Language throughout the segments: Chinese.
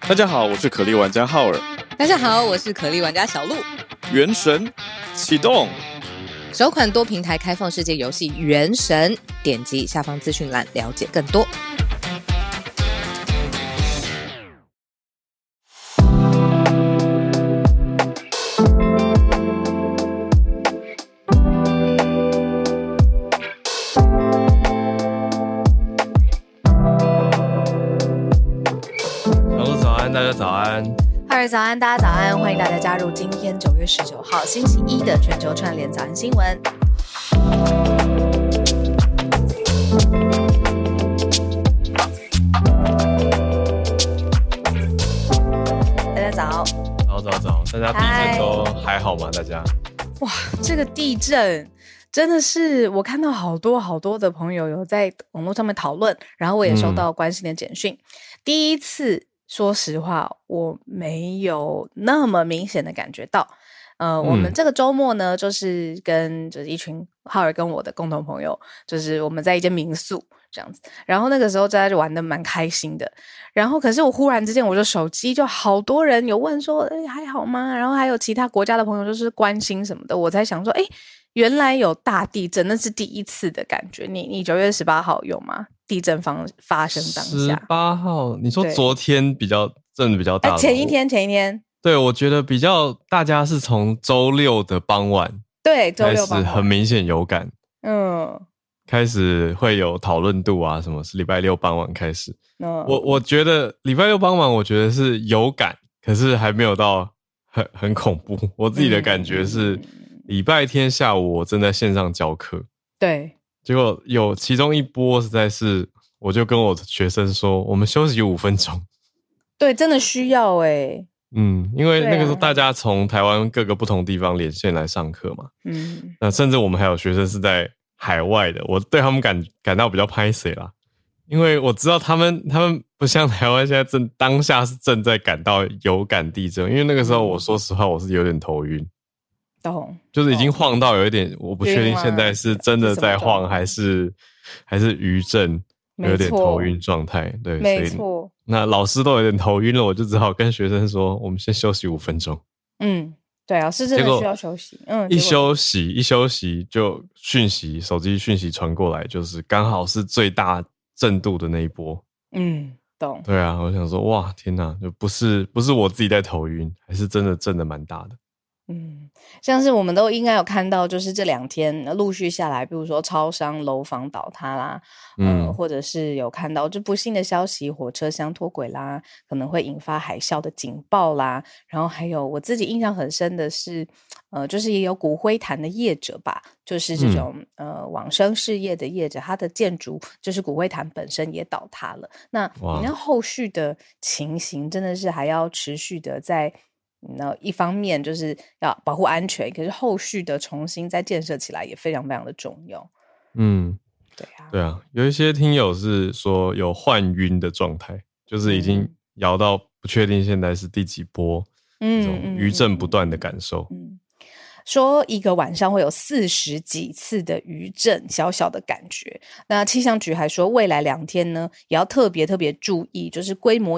大家好，我是可莉玩家浩尔。 大家好，我是可莉玩家小鹿。 原神启动， 首款多平台开放世界游戏《原神》，点击下方资讯栏了解更多。 大家早安， 哈尔早安，大家早安，欢迎大家加入今天9月19号星期一的全球串联早安新闻。大家早， 大家地震都还好吗？大家？ 哇，这个地震真的是我看到好多的朋友有在网络上面讨论，然后我也收到关心的简讯。第一次说实话，我没有那么明显的感觉到。我们这个周末呢，就是一群浩尔跟我的共同朋友，就是我们在一间民宿这样子。然后那个时候大家就玩得蛮开心的。然后可是我忽然之间，我的手机就好多人有问说，还好吗？然后还有其他国家的朋友就是关心什么的。我才想说，原来有大地震，那是第一次的感觉。你9月18号有吗？地震发生当下 18号，你说昨天震的比较大， 前一天， 对，我觉得比较大家是从周六的傍晚， 对，周六傍晚开始很明显有感，开始会有讨论度啊，什么是礼拜六傍晚开始，我觉得礼拜六傍晚，我觉得是有感，可是还没有到很恐怖。我自己的感觉是，礼拜天下午我正在线上教课， 对。 结果有其中一波实在是，我就跟我的学生说，我们休息5分钟。 对，真的需要因为那个时候大家从台湾各个不同地方连线来上课嘛，那甚至我们还有学生是在海外的，我对他们感到比较拍摄啦，因为我知道他们不像台湾现在当下是正在感到有感地震，因为那个时候我说实话我是有点头晕。就是已经晃到有一点，我不确定现在是真的在晃还是余震，有点头晕状态。对， 没错。 那老师都有点头晕了，我就只好跟学生说，我们先休息5分钟。 对啊，是真的需要休息。 一休息就手机讯息传过来，就是刚好是最大震度的那一波。 懂。 对啊，我想说，哇，天哪，就不是我自己在头晕，还是真的震得蛮大的。 像是我们都应该有看到，就是这2天陆续下来，比如说超商楼房倒塌啦，或者是有看到就不幸的消息，火车厢脱轨啦，可能会引发海啸的警报啦，然后还有我自己印象很深的是，就是也有骨灰坛的业者吧，就是这种往生事业的业者，他的建筑就是骨灰坛本身也倒塌了。那你看后续的情形真的是还要持续的在。那一方面就是要保护安全，可是后续的重新再建设起来也非常非常的重要。 对啊，有一些听友是说有幻晕的状态，就是已经摇到不确定现在是第几波，这种余震不断的感受。 说一个晚上会有40几次的余震，小小的感觉。那气象局还说，未来2天呢，也要特别注意，就是规模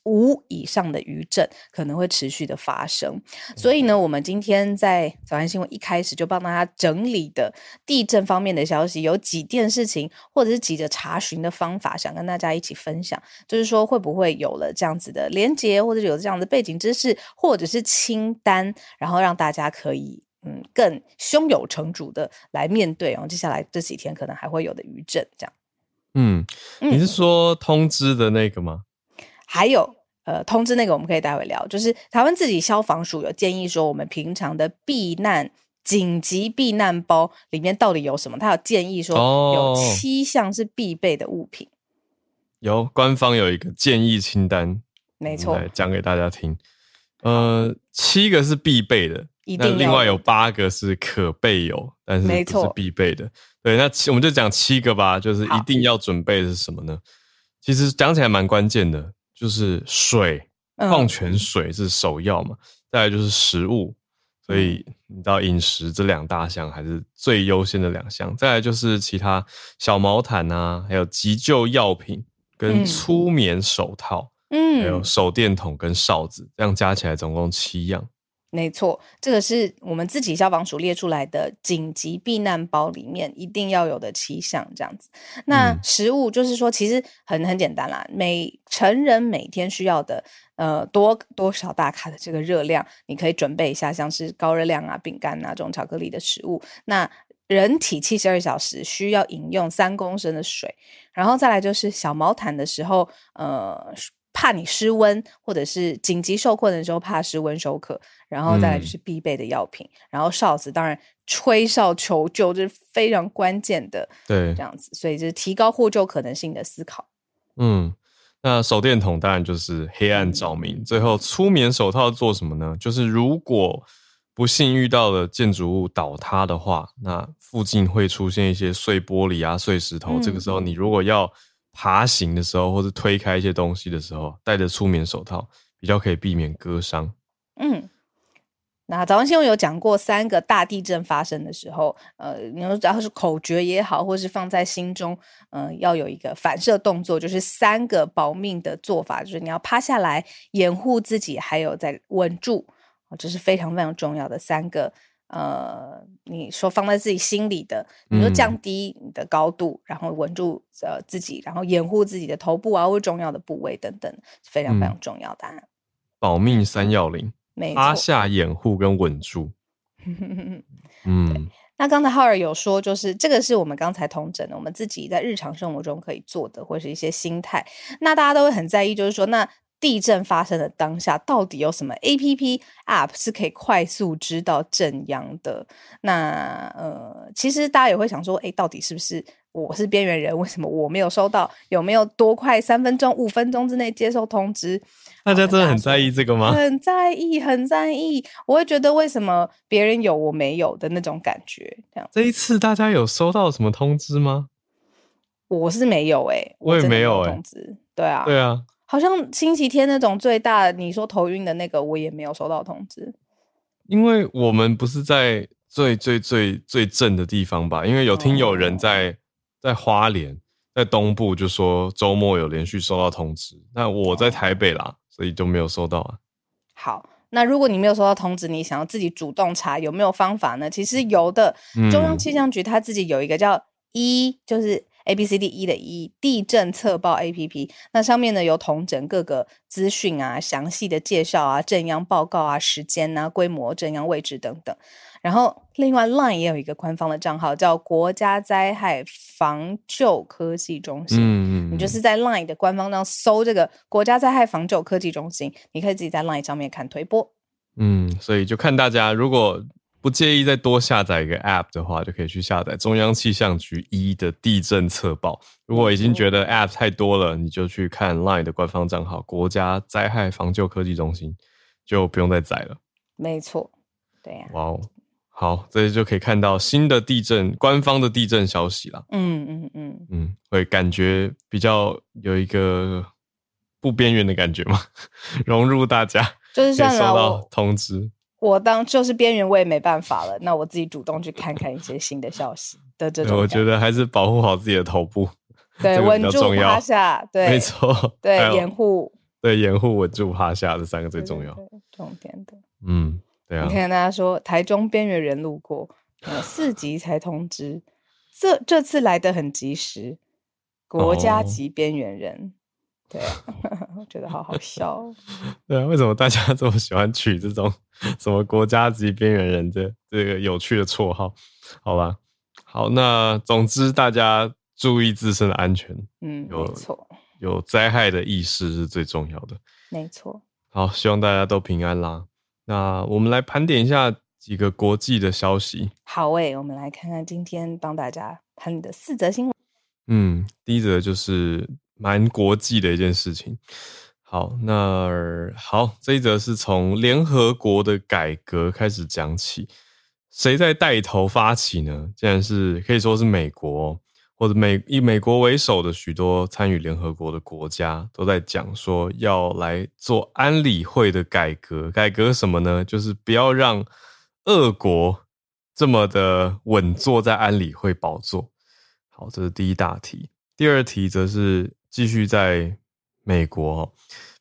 5以上的余震可能会持续的发生。所以呢，我们今天在早安新闻一开始就帮大家整理的地震方面的消息，有几件事情或者是几个查询的方法，想跟大家一起分享。就是说，会不会有了这样子的连结，或者有这样的背景知识，或者是清单，然后让大家可以更胸有成竹的来面对接下来这几天可能还会有的余震这样。 你是说通知的那个吗？ 还有通知那个我们可以待会聊，就是台湾自己消防署有建议说，我们平常的紧急避难包里面到底有什么，他有建议说有7项是必备的物品。 官方有一个建议清单， 没错， 来讲给大家听。7个是必备的，那另外有8个是可备有，但是不是必备的。对，那我们就讲7个吧，就是一定要准备的是什么呢？其实讲起来蛮关键的，就是水，矿泉水是首要嘛，再来就是食物，所以你知道饮食这2大项还是最优先的2项，再来就是其他小毛毯啊，还有急救药品跟粗棉手套， 还有手电筒跟哨子，这样加起来总共7样。 没错，这个是我们自己消防署列出来的紧急避难包里面一定要有的7项这样子。那食物就是说其实很简单啦，成人每天需要的多少大卡的这个热量，你可以准备一下，像是高热量啊、饼干啊这种巧克力的食物。那人体72小时需要饮用3公升的水，然后再来就是小毛毯的时候，怕你失温，或者是紧急受困的时候怕失温休克，然后再来就是必备的药品，然后哨子当然吹哨求救这是非常关键的，对，这样子，所以就是提高获救可能性的思考。 那手电筒当然就是黑暗照明。最后出眠手套做什么呢？就是如果不幸遇到了建筑物倒塌的话，那附近会出现一些碎玻璃啊、碎石头，这个时候你如果要爬行的时候或是推开一些东西的时候，戴着出眠手套比较可以避免割伤。 那早上新闻有讲过3个大地震发生的时候，你说只要是口诀也好，或是放在心中，要有一个反射动作，就是3个保命的做法，就是你要趴下来掩护自己，还有再稳住，这是非常非常重要的3个。你说放在自己心里的，你说降低你的高度，然后稳住自己，然后掩护自己的头部啊或重要的部位等等，非常非常重要的。 保命3要领。趴下、掩护跟稳住。 那刚才浩尔有说，就是这个是我们刚才统整的，我们自己在日常生活中可以做的，或是一些心态。那大家都会很在意，就是说，那地震发生的当下，到底有什么 APP 是可以快速知道震央的？那其实大家也会想说，到底是不是我是边缘人？为什么我没有收到？有没有多快3分钟、5分钟之内接受通知？ 大家真的很在意这个吗？ 很在意，很在意。我会觉得为什么别人有我没有的那种感觉。 这一次大家有收到什么通知吗？ 我是没有我也没有通知。对啊，好像星期天那种最大你说头晕的那个，我也没有收到通知。 因为我们不是在最正的地方吧？因为有听友人在花莲，在东部就说周末有连续收到通知。那我在台北啦，所以就没有收到啊。 好，那如果你没有收到通知，你想要自己主动查，有没有方法呢？其实有的，中央气象局它自己有一个叫就是 ABCDE 的地震测报 APP， 那上面呢有统整各个资讯啊、详细的介绍啊、震央报告啊、时间啊、规模、震央位置等等。然后另外 LINE 也有一个官方的账号叫国家灾害防救科技中心，你就是在 LINE 的官方上搜这个国家灾害防救科技中心，你可以自己在 LINE 上面看推播。 所以就看大家如果不介意再多下载一个 App 的话，就可以去下载中央气象局的地震测报。如果已经觉得 App 太多了，你就去看 LINE 的官方账号国家灾害防救科技中心，就不用再载了。 没错，对呀。 哇哦，好，这就可以看到新的官方的地震消息啦。会感觉比较有一个不边缘的感觉嘛，融入大家， 就是算了， 收到通知。 我当就是边缘，我也没办法了。那我自己主动去看看一些新的消息的这种。 我觉得还是保护好自己的头部， 对，稳住趴下，对， 没错， 对，掩护， 对，掩护、稳住、趴下这3个最重要， 对，重点的。 对啊。 你看大家说台中边缘人路过，4级才通知，这次来得很及时，国家级边缘人。对啊，我觉得好好笑。 对啊，为什么大家这么喜欢取这种什么国家级边缘人这个有趣的绰号？好吧，好，那总之大家注意自身的安全。 没错， 有灾害的意识是最重要的。 没错。 好，希望大家都平安啦。那我们来盘点一下几个国际的消息。 好我们来看看今天帮大家盘点的4则新闻。 第一则就是蛮国际的一件事情。好，这一則是从联合国的改革开始讲起。谁在带头发起呢？竟然是可以说是美国或者以美国为首的许多参与联合国的国家都在讲说要来做安理会的改革。改革什么呢？就是不要让俄国这么的稳坐在安理会宝座。好，这是第一大题。第二题则是继续在美国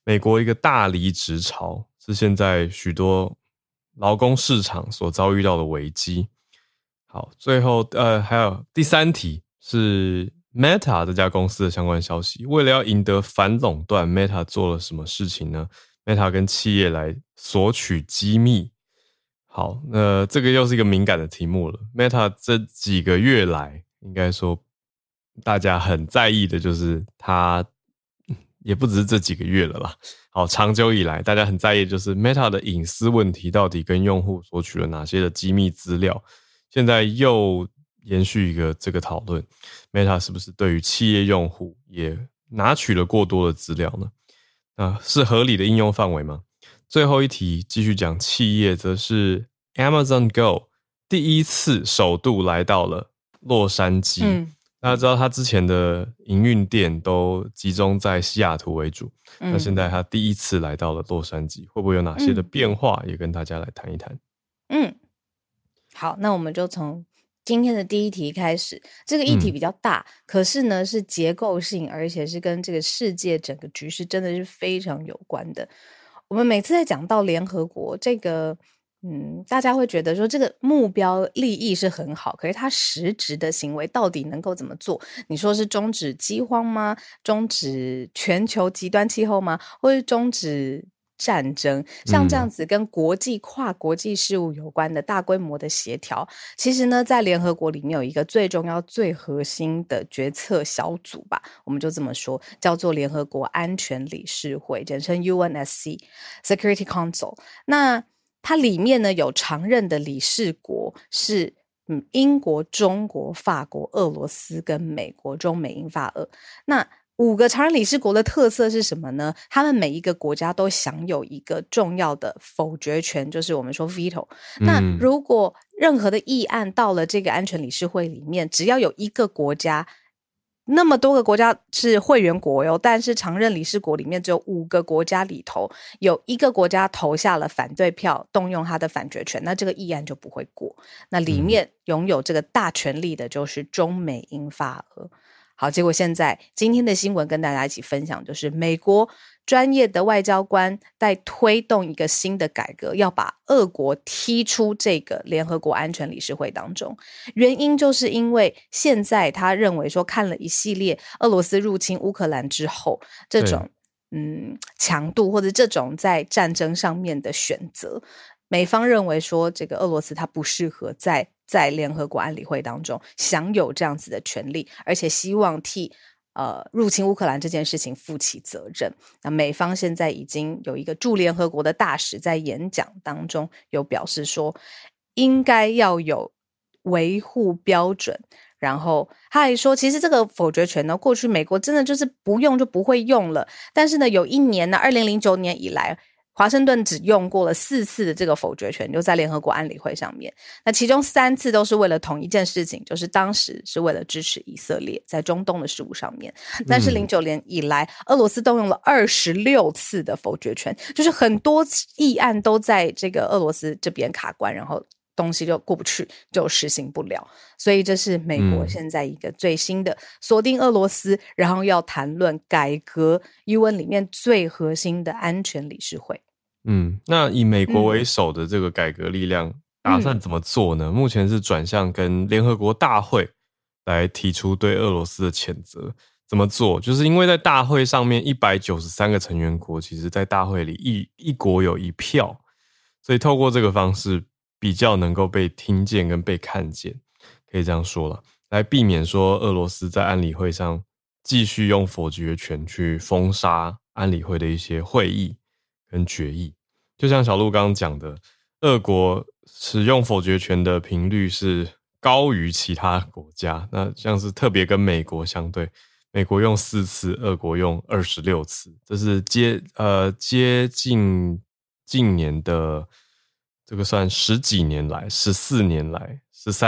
美国一个大离职潮是现在许多劳工市场所遭遇到的危机。好，最后还有第3题是 Meta 这家公司的相关消息。为了要赢得反垄断， Meta 做了什么事情呢？ Meta 跟企业来索取机密。好，那这个又是一个敏感的题目了。 Meta 这几个月来应该说大家很在意的就是它，也不只是这几个月了啦，好，长久以来大家很在意的就是 Meta 的隐私问题到底跟用户索取了哪些的机密资料。现在又延续一个这个讨论， Meta 是不是对于企业用户也拿取了过多的资料呢？是合理的应用范围吗？最后一题继续讲企业，则是 Amazon Go 第一次首度来到了洛杉矶。大家知道他之前的营运店都集中在西雅图为主，那现在他第一次来到了洛杉矶，会不会有哪些的变化，也跟大家来谈一谈。 好，那我们就从今天的第一题开始。这个议题比较大，可是呢是结构性，而且是跟这个世界整个局势真的是非常有关的。我们每次在讲到联合国这个大家会觉得说这个目标利益是很好，可是它实质的行为到底能够怎么做？你说是终止饥荒吗？终止全球极端气候吗？或是终止战争？像这样子跟跨国际事务有关的大规模的协调，其实呢在联合国里面有一个最重要最核心的决策小组吧，我们就这么说，叫做联合国安全理事会，简称 UNSC Security Council。 那它里面呢有常任的理事国是英国、中国、法国、俄罗斯跟美国，中美英法俄。那5个常任理事国的特色是什么呢？他们每一个国家都享有一个重要的否决权，就是我们说 veto。那如果任何的议案到了这个安全理事会里面，只要有一个国家，那么多个国家是会员国哟，但是常任理事国里面只有5个国家里头有一个国家投下了反对票，动用他的反决权，那这个议案就不会过。那里面拥有这个大权力的就是中美英法俄。好，结果现在今天的新闻跟大家一起分享，就是美国专业的外交官在推动一个新的改革，要把俄国踢出这个联合国安全理事会当中。原因就是因为现在他认为说，看了一系列俄罗斯入侵乌克兰之后这种强度或者这种在战争上面的选择，美方认为说这个俄罗斯它不适合在联合国安理会当中享有这样子的权利，而且希望替入侵乌克兰这件事情负起责任。那美方现在已经有一个驻联合国的大使在演讲当中有表示说，应该要有维护标准。然后他还说，其实这个否决权呢，过去美国真的就是不用就不会用了，但是呢有一年呢2009年以来，华盛顿只用过了4次的这个否决权，就在联合国安理会上面。那其中3次都是为了同一件事情，就是当时是为了支持以色列在中东的事务上面。但是09年以来，俄罗斯动用了26次的否决权，就是很多议案都在这个俄罗斯这边卡关，然后东西就过不去，就实行不了。所以这是美国现在一个最新的锁定俄罗斯，然后要谈论改革 UN 里面最核心的安全理事会。 那以美国为首的这个改革力量打算怎么做呢？目前是转向跟联合国大会来提出对俄罗斯的谴责。怎么做？就是因为在大会上面193个成员国，其实在大会里一国有1票，所以透过这个方式比较能够被听见跟被看见，可以这样说了，来避免说俄罗斯在安理会上继续用否决权去封杀安理会的一些会议跟决议。就像小鹿刚刚讲的，俄国使用否决权的频率是高于其他国家，那像是特别跟美国相对，美国用4次，俄国用26次，这是接近近年的这个算10几年来14年来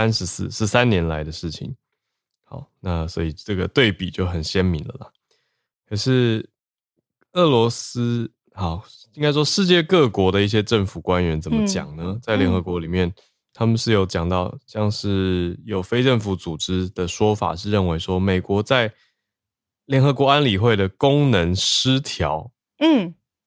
13年来的事情。好，那所以这个对比就很鲜明了啦。可是俄罗斯应该说世界各国的一些政府官员怎么讲呢？在联合国里面他们是有讲到，像是有非政府组织的说法是认为说，美国在联合国安理会的功能失调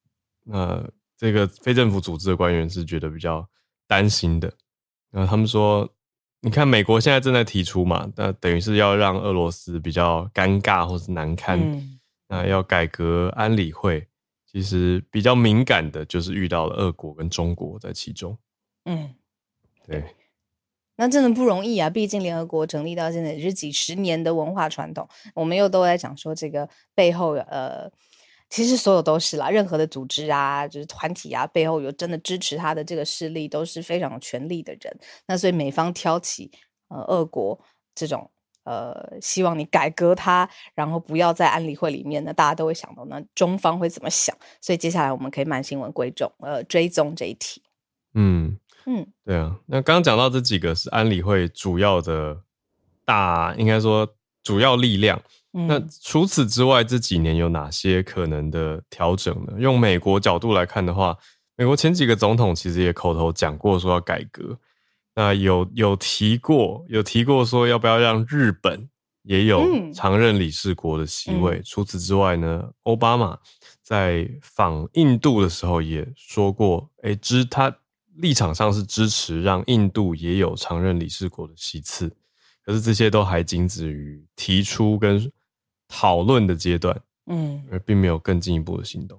那这个非政府组织的官员是觉得比较担心的。那他们说，你看美国现在正在提出嘛，那等于是要让俄罗斯比较尴尬或是难堪，那要改革安理会，其实比较敏感的就是遇到了俄国跟中国在其中。对。 那真的不容易啊，毕竟联合国成立到现在也是几十年的文化传统，我们又都在讲说这个背后其实所有都是啦，任何的组织啊，就是团体啊，背后有真的支持他的这个势力都是非常有权力的人。那所以美方挑起俄国这种希望你改革它，然后不要在安理会里面，那大家都会想到那中方会怎么想，所以接下来我们可以慢新闻追踪这一题。 对啊，那刚刚讲到这几个是安理会主要的应该说主要力量。那除此之外，这几年有哪些可能的调整呢？用美国角度来看的话，美国前几个总统其实也口头讲过说要改革。那有提过说要不要让日本也有常任理事国的席位。除此之外呢，奥巴马在访印度的时候也说过，他立场上是支持让印度也有常任理事国的席次，可是这些都还仅止于提出跟讨论的阶段，而并没有更进一步的行动。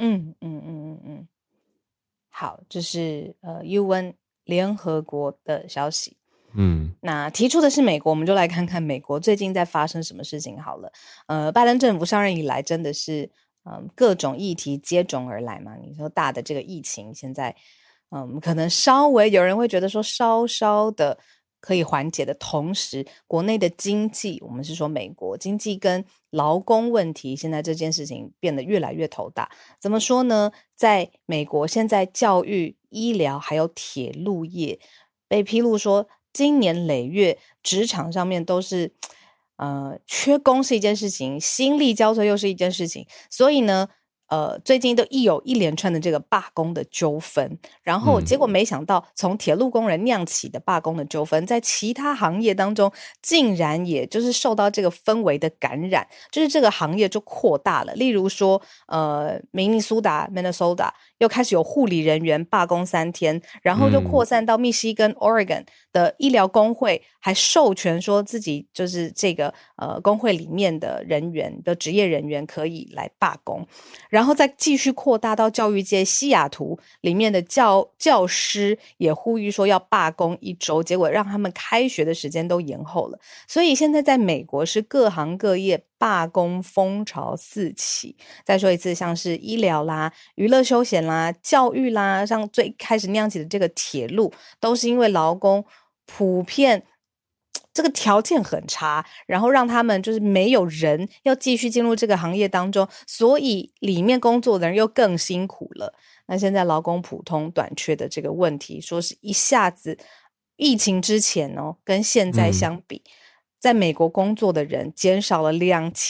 好，这是UN 联合国的消息。那提出的是美国，我们就来看看美国最近在发生什么事情好了。拜登政府上任以来，真的是各种议题接踵而来嘛。你说大的这个疫情现在可能稍微有人会觉得说稍稍的可以缓解的同时，国内的经济，我们是说美国经济跟劳工问题，现在这件事情变得越来越头大。怎么说呢？在美国现在教育、医疗还有铁路业被披露说，经年累月职场上面都是缺工是一件事情，心力交瘁又是一件事情，所以呢最近都有一连串的这个罢工的纠纷，然后结果没想到从铁路工人酿起的罢工的纠纷，在其他行业当中竟然也就是受到这个氛围的感染，就是这个行业就扩大了。例如说明尼苏达 Minnesota 又开始有护理人员罢工3天，然后就扩散到密西根 Oregon 的医疗工会还授权说自己就是这个工会里面的人员的职业人员可以来罢工，然后再继续扩大到教育界，西雅图里面的教师也呼吁说要罢工1周，结果让他们开学的时间都延后了。所以现在在美国是各行各业罢工风潮四起。再说一次，像是医疗啦、娱乐休闲啦、教育啦，像最开始酿起的这个铁路，都是因为劳工普遍这个条件很差，然后让他们就是没有人要继续进入这个行业当中，所以里面工作的人又更辛苦了。那现在劳工普通短缺的这个问题，说是一下子疫情之前跟现在相比，在美国工作的人减少了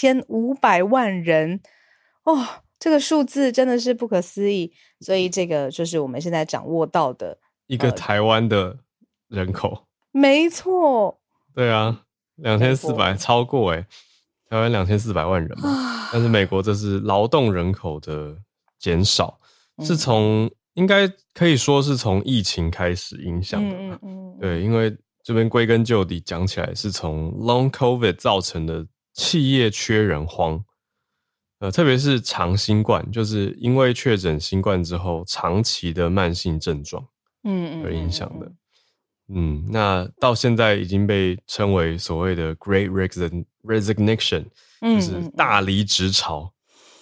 2500万人这个数字真的是不可思议。所以这个就是我们现在掌握到的一个台湾的人口。 没错。 对啊，2400超过台湾2400万人嘛，但是美国这是劳动人口的减少，是从应该可以说是从疫情开始影响的。对，因为这边归根究底讲起来是从 Long COVID 造成的企业缺人荒，特别是长新冠，就是因为确诊新冠之后长期的慢性症状而影响的。那到现在已经被称为所谓的 Great Resignation， 就是大离职潮。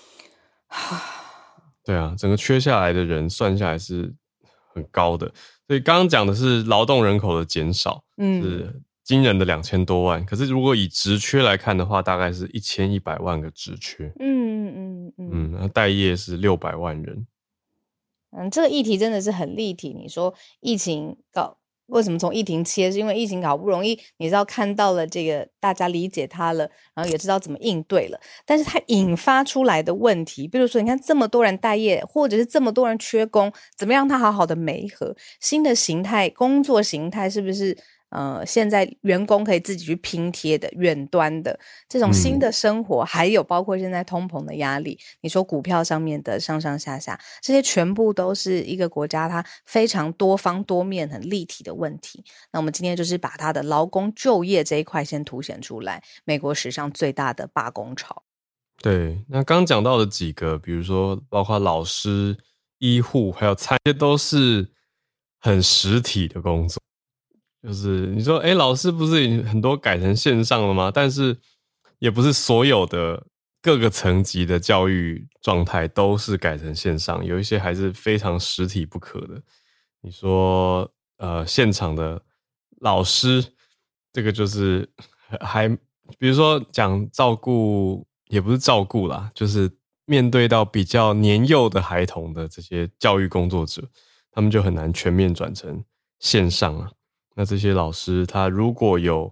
对啊，整个缺下来的人算下来是很高的。所以刚刚讲的是劳动人口的减少，是惊人的2000多万。可是如果以职缺来看的话，大概是1100万个职缺。那待业是600万人。 这个议题真的是很立体。你说疫情为什么从疫情切？是因为疫情好不容易你知道看到了这个大家理解它了，然后也知道怎么应对了，但是它引发出来的问题，比如说你看这么多人待业，或者是这么多人缺工，怎么让它好好的媒合新的形态工作形态，是不是现在员工可以自己去拼贴的远端的这种新的生活，还有包括现在通膨的压力，你说股票上面的上上下下，这些全部都是一个国家它非常多方多面很立体的问题。那我们今天就是把它的劳工就业这一块先凸显出来，美国史上最大的罢工潮。 对，那刚讲到的几个，比如说包括老师、医护还有餐，这些都是很实体的工作。就是你说老师不是已经很多改成线上了吗？但是也不是所有的各个层级的教育状态都是改成线上，有一些还是非常实体不可的。你说现场的老师，这个就是还比如说讲照顾，也不是照顾啦，就是面对到比较年幼的孩童的这些教育工作者，他们就很难全面转成线上啊。那这些老师他如果有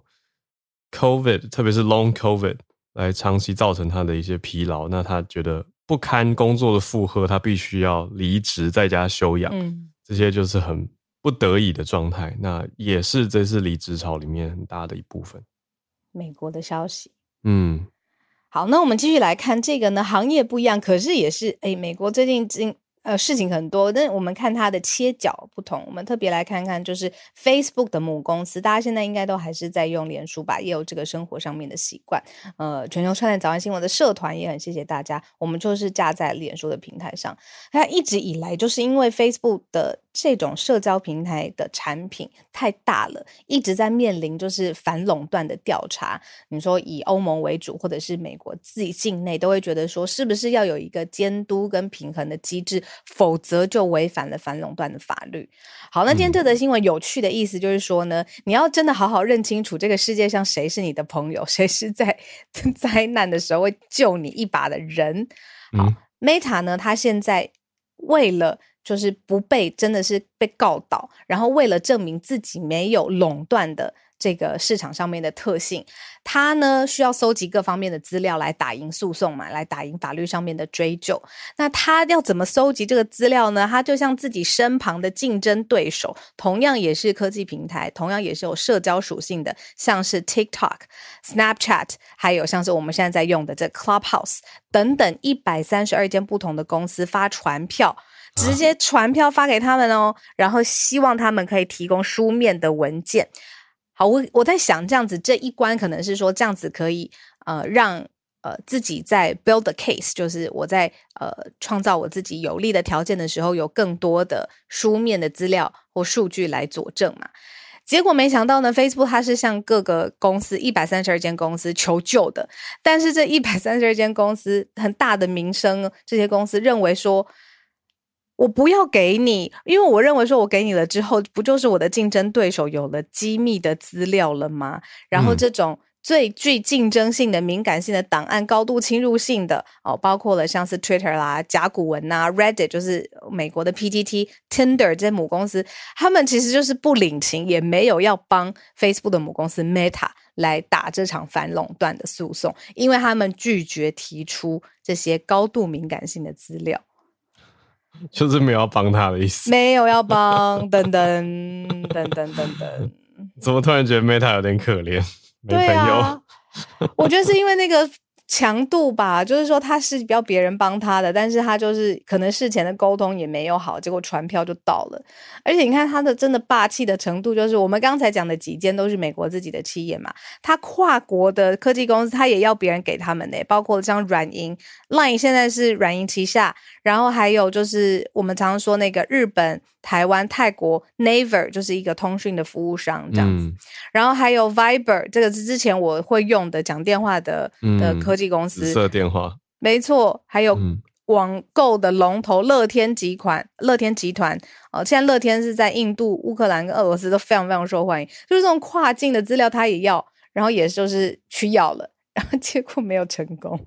COVID， 特别是 long COVID 来长期造成他的一些疲劳，那他觉得不堪工作的负荷，他必须要离职在家休养，这些就是很不得已的状态，那也是这次离职潮里面很大的一部分。 美国的消息。 好，那我们继续来看这个呢，行业不一样，可是也是美国最近事情很多，但我们看它的切角不同，我们特别来看看就是 Facebook 的母公司，大家现在应该都还是在用脸书吧，也有这个生活上面的习惯。全球串联早安新闻的社团也很谢谢大家，我们就是架在脸书的平台上。它一直以来就是因为 Facebook 的这种社交平台的产品太大了，一直在面临就是反垄断的调查。你说以欧盟为主，或者是美国自己境内，都会觉得说是不是要有一个监督跟平衡的机制，否则就违反了反垄断的法律。好，那今天这则新闻有趣的意思就是说呢，你要真的好好认清楚这个世界上谁是你的朋友，谁是在灾难的时候会救你一把的人。好，Meta 呢，它现在为了就是不被真的是被告倒，然后为了证明自己没有垄断的这个市场上面的特性，他呢需要搜集各方面的资料来打赢诉讼嘛，来打赢法律上面的追究。那他要怎么搜集这个资料呢？他就像自己身旁的竞争对手，同样也是科技平台，同样也是有社交属性的，像是 TikTok、Snapchat， 还有像是我们现在在用的这 Clubhouse 等等132间不同的公司发传票，直接传票发给他们哦，然后希望他们可以提供书面的文件。好，我在想这样子这一关可能是说这样子可以让自己在 build a case， 就是我在创造我自己有利的条件的时候，有更多的书面的资料或数据来佐证嘛。结果没想到呢 Facebook 它是向各个公司132间公司求救的，但是这132间公司很大的名声，这些公司认为说我不要给你，因为我认为说我给你了之后，不就是我的竞争对手有了机密的资料了吗？然后这种最具竞争性的敏感性的档案，高度侵入性的包括了像是 Twitter 啦、甲骨文啊、Reddit 就是美国的 PTT、Tinder 这些母公司，他们其实就是不领情，也没有要帮 Facebook 的母公司 Meta 来打这场反垄断的诉讼，因为他们拒绝提出这些高度敏感性的资料。 就是没有要帮他的意思， 没有要帮，等等等等等等。 怎么突然觉得 Meta 有点可怜，没朋友？对啊， 我觉得是因为那个强度吧，就是说他是要别人帮他的，但是他就是可能事前的沟通也没有好，结果传票就到了。而且你看他的真的霸气的程度，就是我们刚才讲的几间都是美国自己的企业嘛，他跨国的科技公司他也要别人给他们的，包括像软银 Line 现在是软银旗下，然后还有就是我们常常说那个日本、台湾、泰国 Naver 就是一个通讯的服务商这样子，然后还有 Viber 这个是之前我会用的讲电话的科技公司， 紫色电话， 没错，还有网购的龙头乐天集团现在乐天是在印度、乌克兰跟俄罗斯都非常非常受欢迎，就是这种跨境的资料他也要，然后也就是去要了，然后结果没有成功。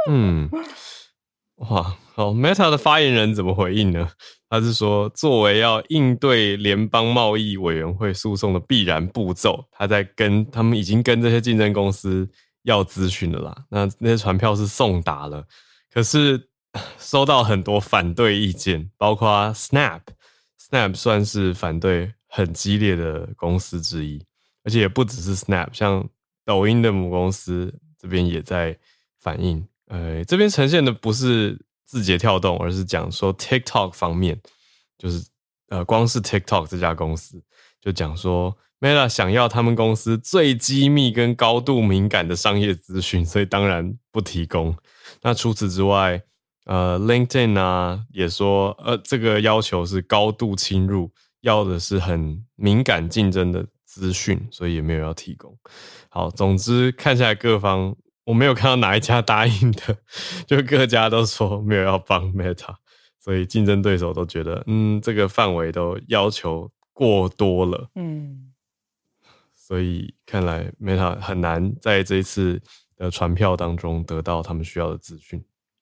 哇，好 ，Meta 的发言人怎么回应呢？他是说，作为要应对联邦贸易委员会诉讼的必然步骤，他们已经跟这些竞争公司要咨询了啦。那些传票是送达了，可是收到很多反对意见，包括 Snap 算是反对很激烈的公司之一， 而且也不只是 Snap， 像抖音的母公司这边也在反映。这边呈现的不是字节跳动，而是讲说 TikTok 方面，就是光是 TikTok 这家公司就讲说 Meta 想要他们公司最机密跟高度敏感的商业资讯，所以当然不提供。那除此之外LinkedIn 啊也说这个要求是高度侵入，要的是很敏感竞争的资讯，所以也没有要提供。好，总之看下来各方我没有看到哪一家答应的，就各家都说没有要帮 Meta， 所以竞争对手都觉得这个范围都要求过多了。所以看来 Meta 很难在这一次的传票当中得到他们需要的资讯。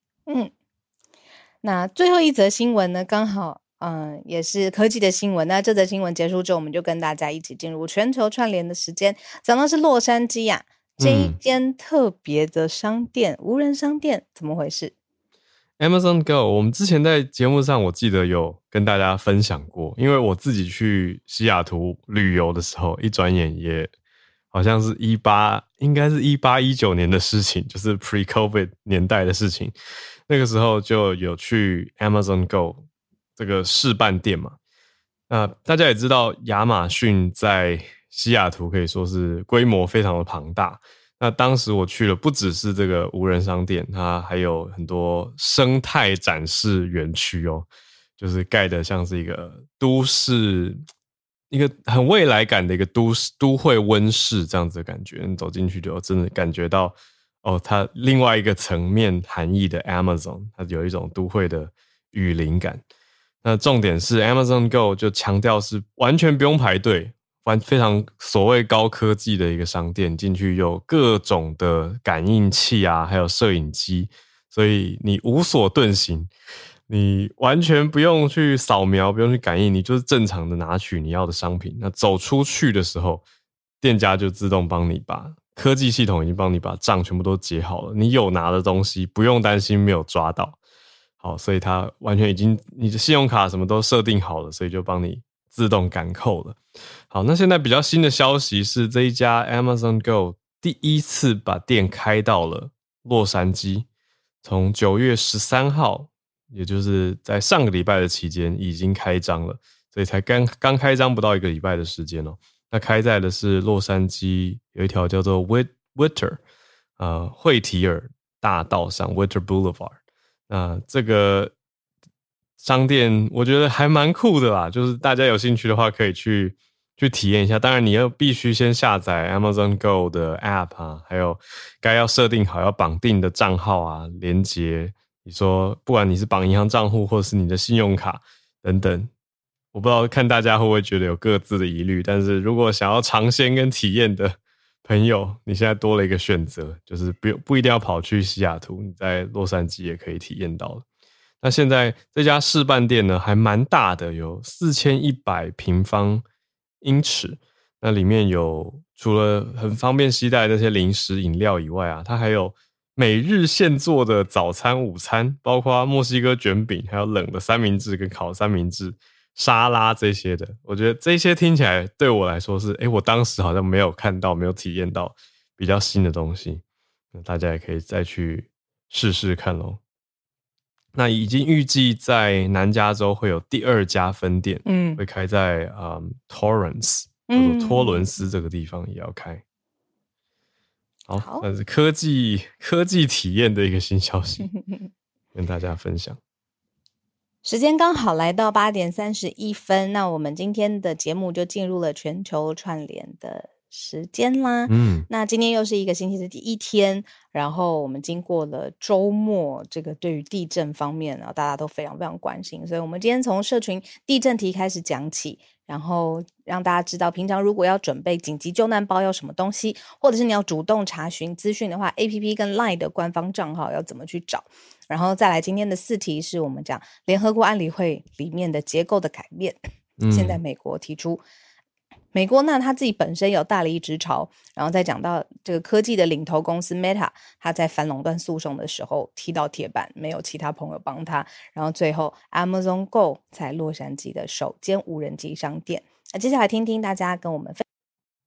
那最后一则新闻呢，刚好也是科技的新闻。那这则新闻结束之后，我们就跟大家一起进入全球串联的时间。讲到是洛杉矶啊，这一间特别的商店，无人商店，怎么回事？ Amazon Go 我们之前在节目上我记得有跟大家分享过，因为我自己去西雅图旅游的时候，一转眼也好像是应该是18-19年的事情，就是 pre-COVID 年代的事情。那个时候就有去 Amazon Go 这个试办店嘛。那大家也知道亚马逊在西雅图可以说是规模非常的庞大。那当时我去了不只是这个无人商店，它还有很多生态展示园区哦，就是盖的像是一个都市，一个很未来感的一个都会温室这样子的感觉。你走进去就真的感觉到它另外一个层面含义的 Amazon， 它有一种都会的雨林感。那重点是 Amazon Go 就强调是完全不用排队，非常所谓高科技的一个商店，进去有各种的感应器啊，还有摄影机，所以你无所遁形，你完全不用去扫描，不用去感应，你就是正常的拿取你要的商品。那走出去的时候，店家就自动帮你把科技系统已经帮你把账全部都结好了，你有拿的东西不用担心没有抓到。好，所以它完全已经你的信用卡什么都设定好了，所以就帮你自动赶扣了。好，那现在比较新的消息是，这一家 Amazon Go 第一次把店开到了洛杉矶，从9月13号，也就是在上个礼拜的期间已经开张了，所以才刚开张不到1个礼拜的时间哦。那开在的是洛杉矶有一条叫做 Whittier 惠提尔大道上 Whittier Boulevard。那这个商店我觉得还蛮酷的啦，就是大家有兴趣的话可以去体验一下。当然你必须先下载 Amazon Go 的 App 啊，还有该要设定好要绑定的账号啊，连结你说不管你是绑银行账户或者是你的信用卡等等，我不知道看大家会不会觉得有各自的疑虑，但是如果想要尝鲜跟体验的朋友，你现在多了一个选择，就是不一定要跑去西雅图，你在洛杉矶也可以体验到了。那现在这家试办店呢还蛮大的，有4100平方英尺，那里面有除了很方便携带那些零食饮料以外啊，它还有每日现做的早餐午餐，包括墨西哥卷饼，还有冷的三明治跟烤三明治沙拉这些的。我觉得这些听起来对我来说是我当时好像没有看到没有体验到比较新的东西，那大家也可以再去试试看咯。那已经预计在南加州会有第2家分店，会开在Torrance， 叫做托伦斯这个地方也要开。好，那是科技体验的一个新消息跟大家分享。 时间刚好来到8点31分，那我们今天的节目就进入了全球串联的时间啦。那今天又是一个星期的第一天，然后我们经过了周末，这个对于地震方面大家都非常非常关心，所以我们今天从社群地震题开始讲起，然后让大家知道平常如果要准备紧急救难包要什么东西，或者是你要主动查询资讯的话， APP 跟 LINE 的官方账号要怎么去找。然后再来今天的4题是我们讲联合国安理会里面的结构的改变。现在美国提出，美国呢他自己本身有大力支潮，然后再讲到这个科技的领头公司 Meta， 他在反垄断诉讼的时候踢到铁板，没有其他朋友帮他，然后最后 Amazon Go 在洛杉矶的首间无人机商店。那接下来听听大家跟我们分享。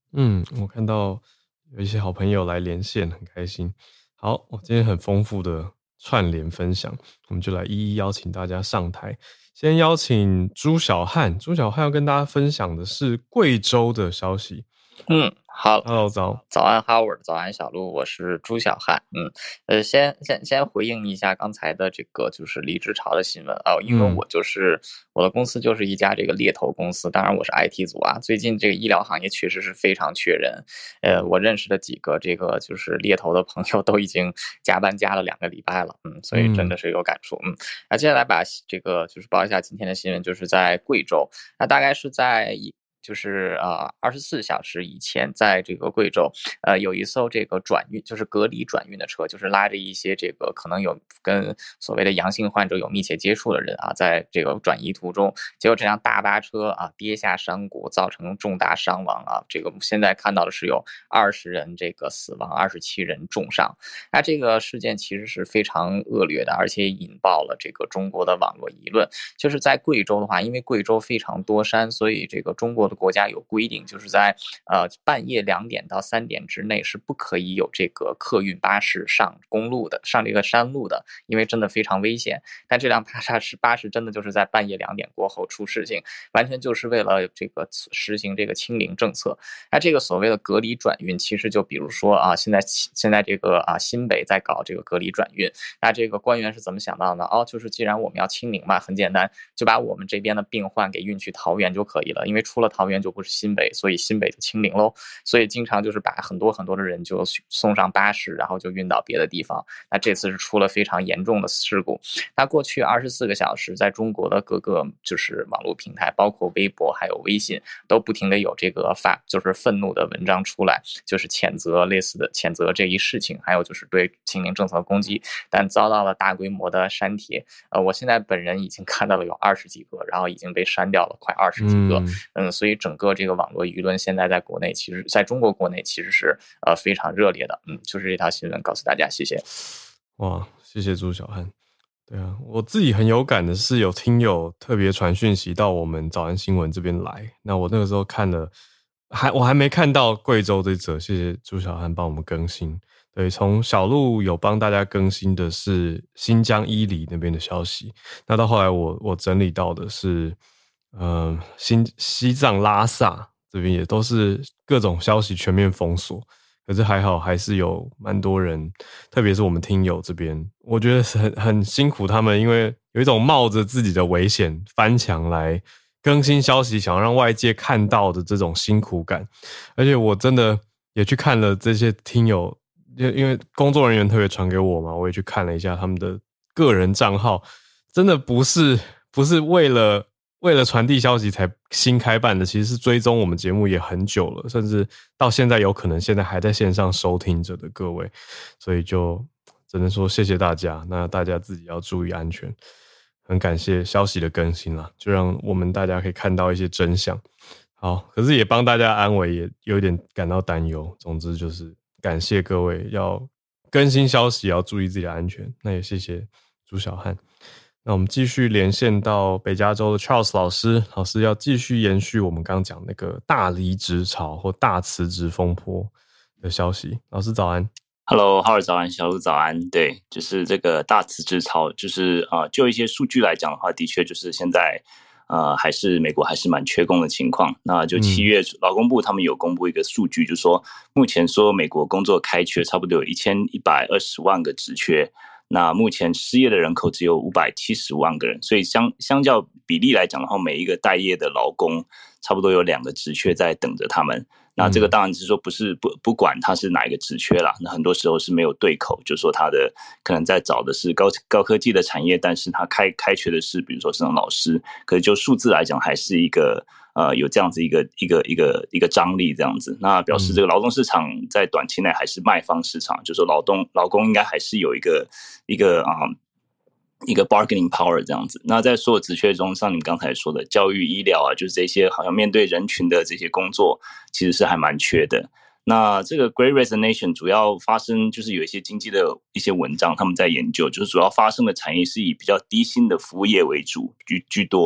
我看到有一些好朋友来连线，很开心。好，我今天很丰富的串联分享，我们就来一一邀请大家上台。先邀请朱小汉，朱小汉要跟大家分享的是贵州的消息。 好 ，Hello， 早安 Howard， 早安小鹿，我是朱小汉。先回应一下刚才的这个就是离职潮的新闻啊，因为我的公司就是一家这个猎头公司，当然我是 IT 组啊。最近这个医疗行业确实是非常缺人，我认识的几个这个就是猎头的朋友都已经加班加了2个礼拜了，所以真的是有感触。那接下来把这个就是报一下今天的新闻，就是在贵州，那大概是在就是24小时以前，在这个贵州，有一艘这个转运，就是隔离转运的车，就是拉着一些这个可能有跟所谓的阳性患者有密切接触的人啊，在这个转移途中，结果这辆大巴车啊跌下山谷，造成重大伤亡啊。这个现在看到的是有20人这个死亡，27人重伤。那这个事件其实是非常恶劣的，而且引爆了这个中国的网络舆论。就是在贵州的话，因为贵州非常多山，所以这个中国的国家有规定，就是在半夜2点到3点之内是不可以有这个客运巴士上公路的，上这个山路的，因为真的非常危险。但这辆巴士真的就是在半夜2点过后出事情，完全就是为了这个实行这个清零政策。那这个所谓的隔离转运，其实就比如说现在这个新北在搞这个隔离转运，那这个官员是怎么想到呢？就是既然我们要清零嘛，很简单，就把我们这边的病患给运去桃园就可以了，因为出了桃园就不是新北，所以新北就清零喽。所以经常就是把很多的人就送上巴士，然后就运到别的地方。那这次是出了非常严重的事故。那过去24个小时，在中国的各个就是网络平台，包括微博还有微信，都不停的有这个就是愤怒的文章出来，就是谴责这一事情，还有就是对清零政策的攻击，但遭到了大规模的删帖。我现在本人已经看到了有20几个，然后已经被删掉了快20几个。所以整个这个网络舆论现在在国内，其实在中国国内其实是非常热烈的。就是这条新闻告诉大家，谢谢。 哇，谢谢朱小汉。对啊，我自己很有感的是有听友特别传讯息到我们早安新闻这边来，那我那个时候看了，我还没看到贵州这则，谢谢朱小汉帮我们更新。对，从小路有帮大家更新的是新疆伊犁那边的消息，那到后来我整理到的是西藏拉萨这边也都是各种消息全面封锁，可是还好还是有蛮多人，特别是我们听友这边，我觉得是很辛苦他们，因为有一种冒着自己的危险翻墙来更新消息，想要让外界看到的这种辛苦感。而且我真的也去看了这些听友，因为工作人员特别传给我嘛，我也去看了一下他们的个人账号，真的不是为了传递消息才新开办的，其实是追踪我们节目也很久了，甚至到现在有可能现在还在线上收听着的各位，所以就只能说谢谢大家，那大家自己要注意安全。很感谢消息的更新啦，就让我们大家可以看到一些真相。好，可是也帮大家安慰，也有点感到担忧。总之就是感谢各位要更新消息，要注意自己的安全。那也谢谢朱小汉。那我们继续连线到北加州的 Charles 老师，老师要继续延续我们刚刚讲那个大离职潮或大辞职风波的消息。老师早安。 Hello， 浩尔早安，小鹿早安。对，就是这个大辞职潮，就是就一些数据来讲的话，的确就是现在还是美国还是蛮缺工的情况。那就7月劳工部他们有公布一个数据，就是说目前说美国工作开缺差不多有1120万个职缺。那目前失业的人口只有570万个人，所以相较比例来讲的话，每一个待业的劳工差不多有2个职缺在等着他们。那这个当然是说不管他是哪一个职缺啦，那很多时候是没有对口，就是说他的可能在找的是高科技的产业，但是他开缺的是比如说是老师，可是就数字来讲还是一个有这样子一个张力这样子，那表示这个劳动市场在短期内还是卖方市场，就是说劳工应该还是有一个 bargaining power 这样子。那在所有职缺中，像你们刚才说的教育医疗啊，就是这些好像面对人群的这些工作其实是还蛮缺的。那这个 Great Resignation 主要发生就是有一些经济的一些文章他们在研究，就是主要发生的产业是以比较低薪的服务业为主居多。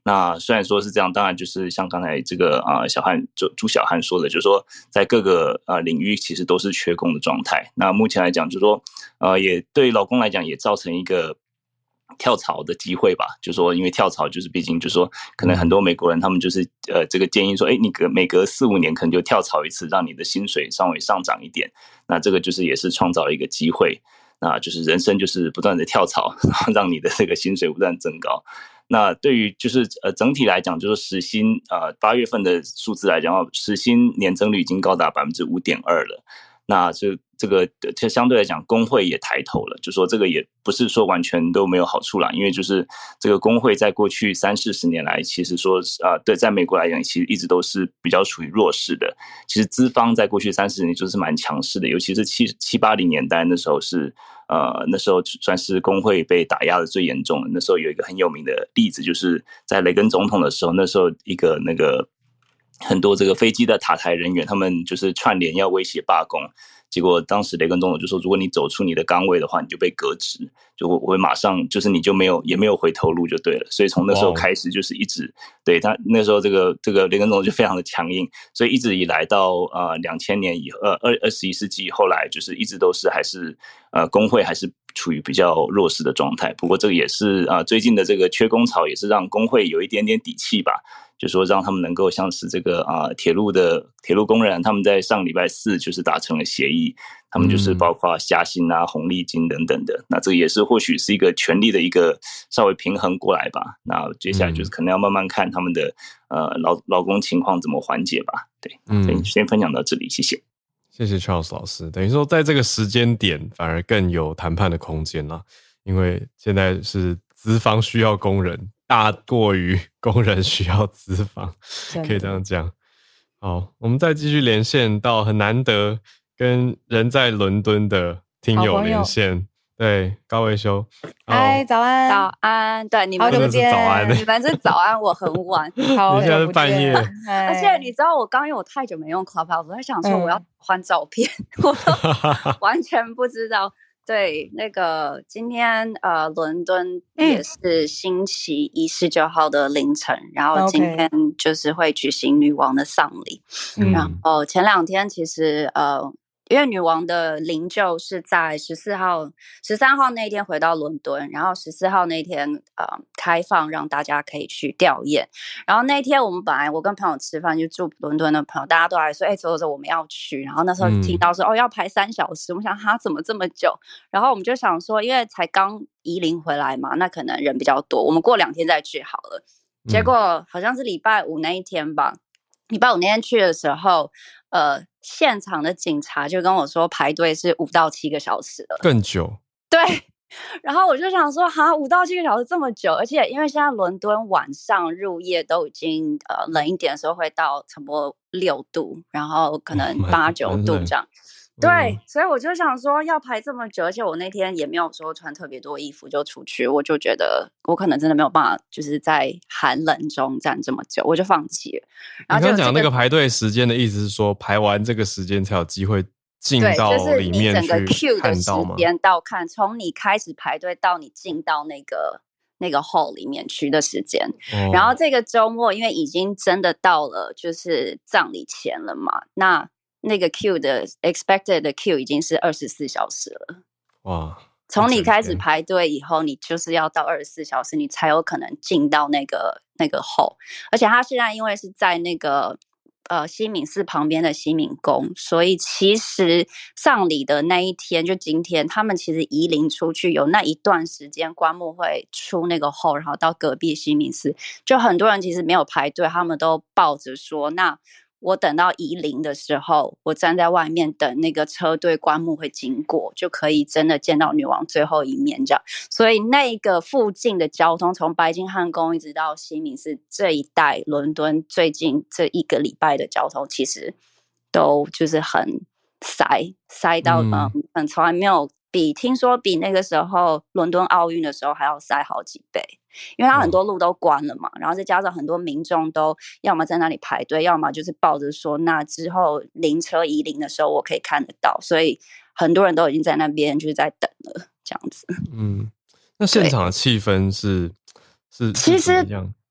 那虽然说是这样，当然就是像刚才这个朱小汉说的，就是说在各个领域其实都是缺工的状态。那目前来讲，就是说也对劳工来讲也造成一个跳槽的机会吧，就是说因为跳槽就是毕竟就是说可能很多美国人他们就是这个建议说，你每隔4-5年可能就跳槽一次，让你的薪水稍微上涨一点。那这个就是也是创造了一个机会，那就是人生就是不断的跳槽，然后让你的这个薪水不断增高。那对于就是整体来讲，就是时薪8月份的数字来讲，时薪年增率已经高达 5.2% 了。那这个相对来讲，工会也抬头了，就说这个也不是说完全都没有好处啦，因为就是这个工会在过去30-40年来，其实说对，在美国来讲，其实一直都是比较处于弱势的。其实资方在过去30年就是蛮强势的，尤其是70-80年代那时候是那时候算是工会被打压的最严重的。那时候有一个很有名的例子，就是在雷根总统的时候，那时候一个那个很多这个飞机的塔台人员，他们就是串联要威胁罢工。结果当时雷根总统就说，如果你走出你的岗位的话，你就被革职，就我会马上就是你就也没有回头路就对了。所以从那时候开始就是一直对他那时候这个雷根总统就非常的强硬，所以一直以来到2000年以后21世纪后来就是一直都是还是工会还是处于比较弱势的状态。不过这个也是最近的这个缺工潮也是让工会有一点点底气吧。就说让他们能够像是这个铁路工人，他们在上礼拜4就是达成了协议，他们就是包括加薪红利金等等的。那这也是或许是一个权力的一个稍微平衡过来吧。那接下来就是可能要慢慢看他们的劳工情况怎么缓解吧。对，先分享到这里，谢谢。 谢谢 Charles 老师。等于说在这个时间点反而更有谈判的空间啦，因为现在是资方需要工人大过于工人需要资方，可以这样讲。好，我们再继续连线到很难得跟人在伦敦的听友连线。对，高维修。 嗨，早安。 早安。对，你们是早安， 你们是早安，我很晚。 好， 你现在是半夜。 而且你知道我刚因为我太久没用 Clubhouse， 我在想说我要换照片，我都完全不知道。对，那个今天伦敦也是星期一19号的凌晨，然后今天就是会举行女王的丧礼。然后前2天其实因为女王的灵柩是在13号那一天回到伦敦，然后14号那一天开放让大家可以去吊唁。然后那一天我跟朋友吃饭，就住伦敦的朋友大家都来说走我们要去。然后那时候听到说要排3小时，我们想怎么这么久？然后我们就想说因为才刚移灵回来嘛，那可能人比较多，我们过2天再去好了。结果好像是礼拜5那一天吧，礼拜5那天去的时候现场的警察就跟我说排队是5到7个小时了， 更久。 对，然后我就想说5到7个小时这么久，而且因为现在伦敦晚上入夜都已经冷一点的时候会到差不多6度，然后可能8、9度这样。对，所以我就想说要排这么久，而且我那天也没有说穿特别多衣服就出去，我就觉得我可能真的没有办法就是在寒冷中站这么久，我就放弃了。然后你刚讲那个排队时间的意思是说排完这个时间才有机会进到里面去看到吗？ 对，就是你整个 queue 的时间到看，从你开始排队到你进到那个 hall 里面去的时间。然后这个周末因为已经真的到了就是葬礼前了嘛，那个 queue 的 expected 的 queue 已经是24小时了。 哇！ 从你开始排队以后，你就是要到24小时，你才有可能进到那个 hall。而且他现在因为是在那个西敏寺旁边的西敏宫，所以其实丧礼的那一天就今天，他们其实移灵出去有那一段时间，棺木会出那个 hall， 然后到隔壁西敏寺，就很多人其实没有排队，他们都抱着说那我等到移灵的时候，我站在外面等那个车队棺木会经过，就可以真的见到女王最后一面这样。所以那个附近的交通，从白金汉宫一直到西敏寺这一带，伦敦最近这1个礼拜的交通其实都就是很塞到从来没有听说比那个时候伦敦奥运的时候还要塞好几倍。因为它很多路都关了嘛，然后再加上很多民众都要么在那里排队，要么就是抱着说那之后灵车移灵的时候我可以看得到，所以很多人都已经在那边就是在等了这样子。 那现场的气氛是其实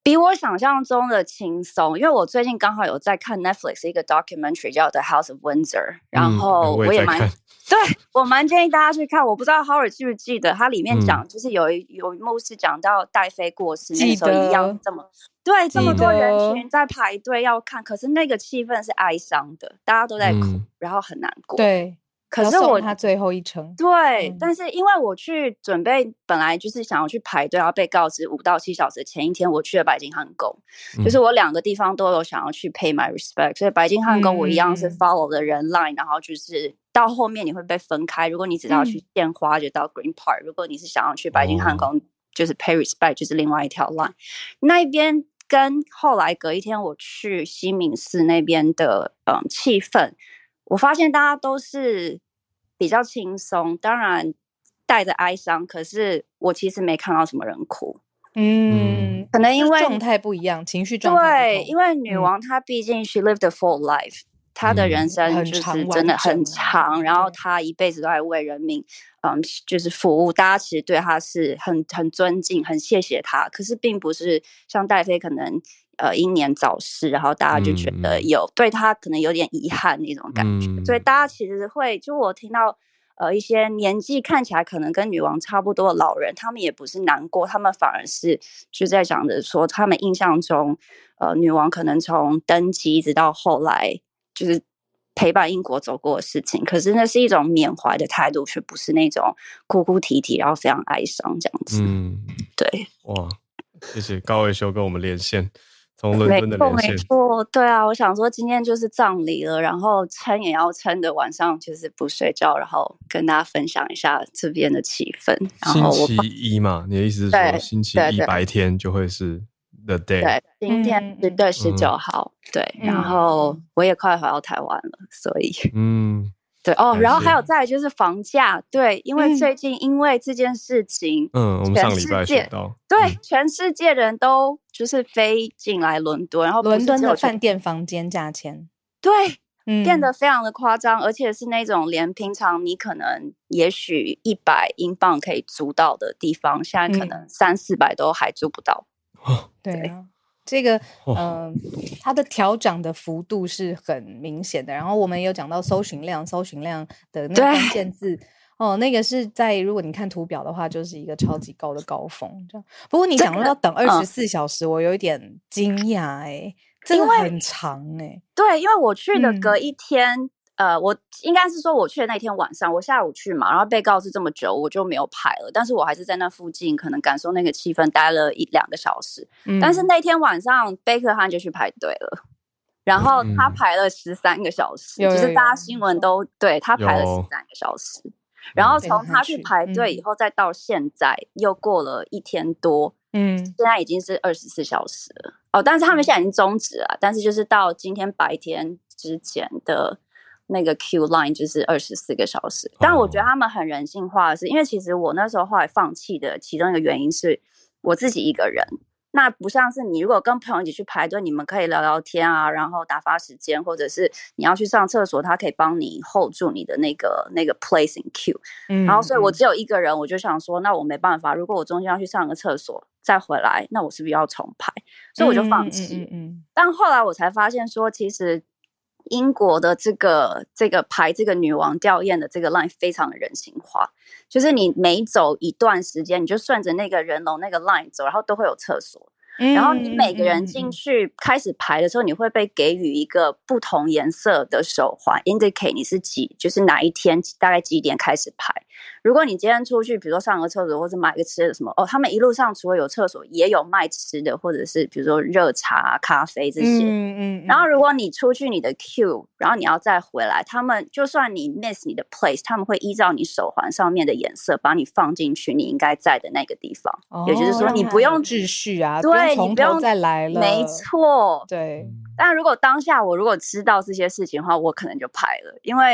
比我想象中的轻松，因为我最近刚好有在看 Netflix 一个 documentary 叫 The House of Windsor， 然后我也对，我蛮建议大家去看。我不知道 Howard 记不记得，它里面讲就是有一幕是讲到戴妃过世，那个时候一样这么多人群在排队要看，可是那个气氛是哀伤的，大家都在哭，然后很难过。 对。 可是我他最后一程， 对，但是因为我去准备，本来就是想要去排队，然后被告知5到7小时前一天，我去了白金汉宫，就是我2个地方都有想要去 pay my respect， 所以白金汉宫我一样是 follow 的人 line，然后就是到后面你会被分开，如果你只要去献花就到 Green Park， 如果你是想要去白金汉宫，就是 pay respect 就是另外一条 line， 那一边跟后来隔一天我去西敏寺那边的气氛。我发现大家都是比较轻松，当然带着哀伤，可是我其实没看到什么人哭。可能因为状态不一样，情绪状态不同。 对，因为女王她毕竟 she lived a full life，她的人生就是真的很长，然后她一辈子都在为人民就是服务，大家其实对她是很尊敬，很谢谢她。可是并不是像戴妃可能英年早逝，然后大家就觉得对她可能有点遗憾那种感觉，所以大家其实会，就我听到一些年纪看起来可能跟女王差不多的老人，他们也不是难过，他们反而是就在讲着说，他们印象中女王可能从登基一直到后来就是陪伴英国走过的事情，可是那是一种缅怀的态度，却不是那种哭哭啼啼然后非常哀伤这样子。对， 哇，谢谢高维修跟我们连线，从伦敦的连线。 没错，对啊，我想说今天就是葬礼了，然后撑也要撑的晚上就是不睡觉，然后跟大家分享一下这边的气氛。然后星期一嘛，你的意思是说星期一白天就会是 the day？ 对，今天是19号，对，然后我也快回到台湾了，所以对哦，然后还有再来就是房价，对，因为最近因为这件事情， 我们上礼拜学到， 对，全世界人都就是飞进来伦敦，然后伦敦的饭店房间价钱， 对，变得非常的夸张，而且是那种连平常你可能也许100英镑可以租到的地方，现在可能300-400都还租不到。 对啊。这个它的调涨的幅度是很明显的，然后我们也有讲到搜寻量的那个关键字那个是在如果你看图表的话，就是一个超级高的高峰。不过你讲到等24小时，我有一点惊讶这个很长对，因为我去的隔一天。我应该是说我去的那天晚上，我下午去嘛，然后被告知这么久，我就没有排了。但是我还是在那附近，可能感受那个气氛，待了1-2个小时。但是那天晚上，贝克汉就去排队了，然后他排了13个小时，就是大家新闻都对他排了13个小时。然后从他去排队以后，再到现在又过了1天多，现在已经是24小时了。但是他们现在已经终止了，但是就是到今天白天之前的。那个 Q line 就是24个小时，但我觉得他们很人性化的是，因为其实我那时候后来放弃的其中一个原因是我自己一个人，那不像是你如果跟朋友一起去排队，你们可以聊聊天啊，然后打发时间，或者是你要去上厕所，他可以帮你 hold 住你的那个 place in queue，然后所以我只有一个人，我就想说，那我没办法，如果我中间要去上个厕所再回来，那我是不是要重排？所以我就放弃。但后来我才发现说，其实英国的这个排这个女王吊唁的这个 line 非常的人性化，就是你每走一段时间，你就顺着那个人龙那个 line 走，然后都会有厕所。然后你每个人进去开始排的时候，你会被给予一个不同颜色的手环 indicate 你是就是哪一天大概几点开始排。如果你今天出去比如说上个厕所或者买个吃的什么他们一路上除了有厕所也有卖吃的，或者是比如说热茶咖啡这些。然后如果你出去你的 queue 然后你要再回来，他们就算你 miss 你的 place， 他们会依照你手环上面的颜色把你放进去你应该在的那个地方。也就是说你不用秩序啊， 对， 从头再来了。 没错， 对。 但如果当下我如果知道这些事情的话，我可能就排了，因为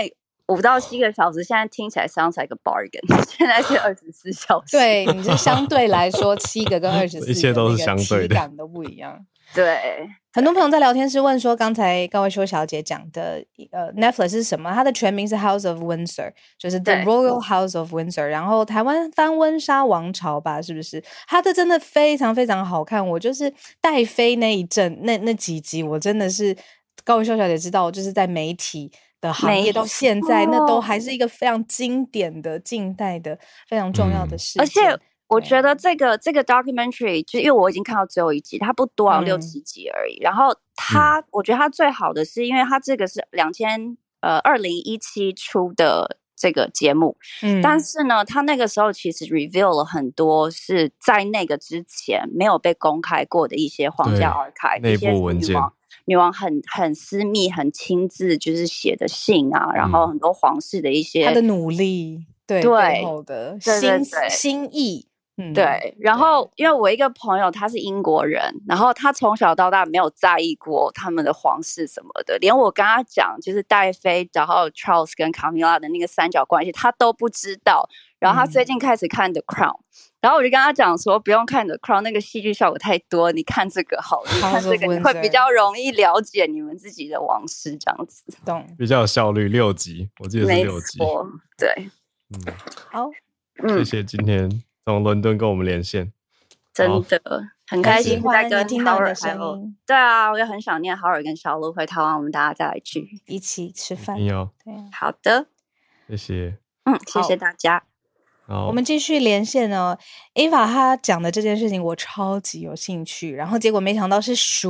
5到7个小时，现在听起来 sounds like a bargain， 现在是24小时。 对，你是相对来说7个跟24个一切都是相对的， 体感都不一样。 对， 很多朋友在聊天室问说，刚才高慧修小姐讲的Netflix 是什么？它的全名是 House of Windsor， 就是 The Royal House of Windsor， 然后台湾翻温莎王朝吧，是不是？它的真的非常非常好看，我就是戴妃那一阵那几集，我真的是高慧修小姐知道，就是在媒体的行业到现在，那都还是一个非常经典的近代的非常重要的事情。 而且我觉得这个 documentary 就因为我已经看到最后一集，它不多6-7集而已。然后我觉得它最好的是，因为它这个是2017出的这个节目，但是呢，它那个时候其实 reveal 了很多是在那个之前没有被公开过的一些皇家 archive 内部文件。 女王很私密、很亲自就是写的信啊，然后很多皇室的一些她的努力，对背后的心意。 对，然后因为我一个朋友他是英国人，然后他从小到大没有在意过他们的皇室什么的，连我跟他讲就是戴妃然后 Charles 跟 Camilla 的那个三角关系他都不知道，然后他最近开始看 The Crown，然后我就跟他讲说不用看 The Crown， 那个戏剧效果太多，你看这个好了，你看这个你会比较容易了解你们自己的王室这样子， 懂， 比较有效率。6集我记得是6集， 对， 好， 谢谢今天从伦敦跟我们连线， 真的很开心在跟听到你的声音。 对啊，我也很想念浩尔跟小鹿回台湾，我们大家再来聚一起吃饭。 对， 好的， 谢谢， 谢谢大家。 我们继续连线哦。Eva 她讲的这件事情我超级有兴趣，然后结果没想到是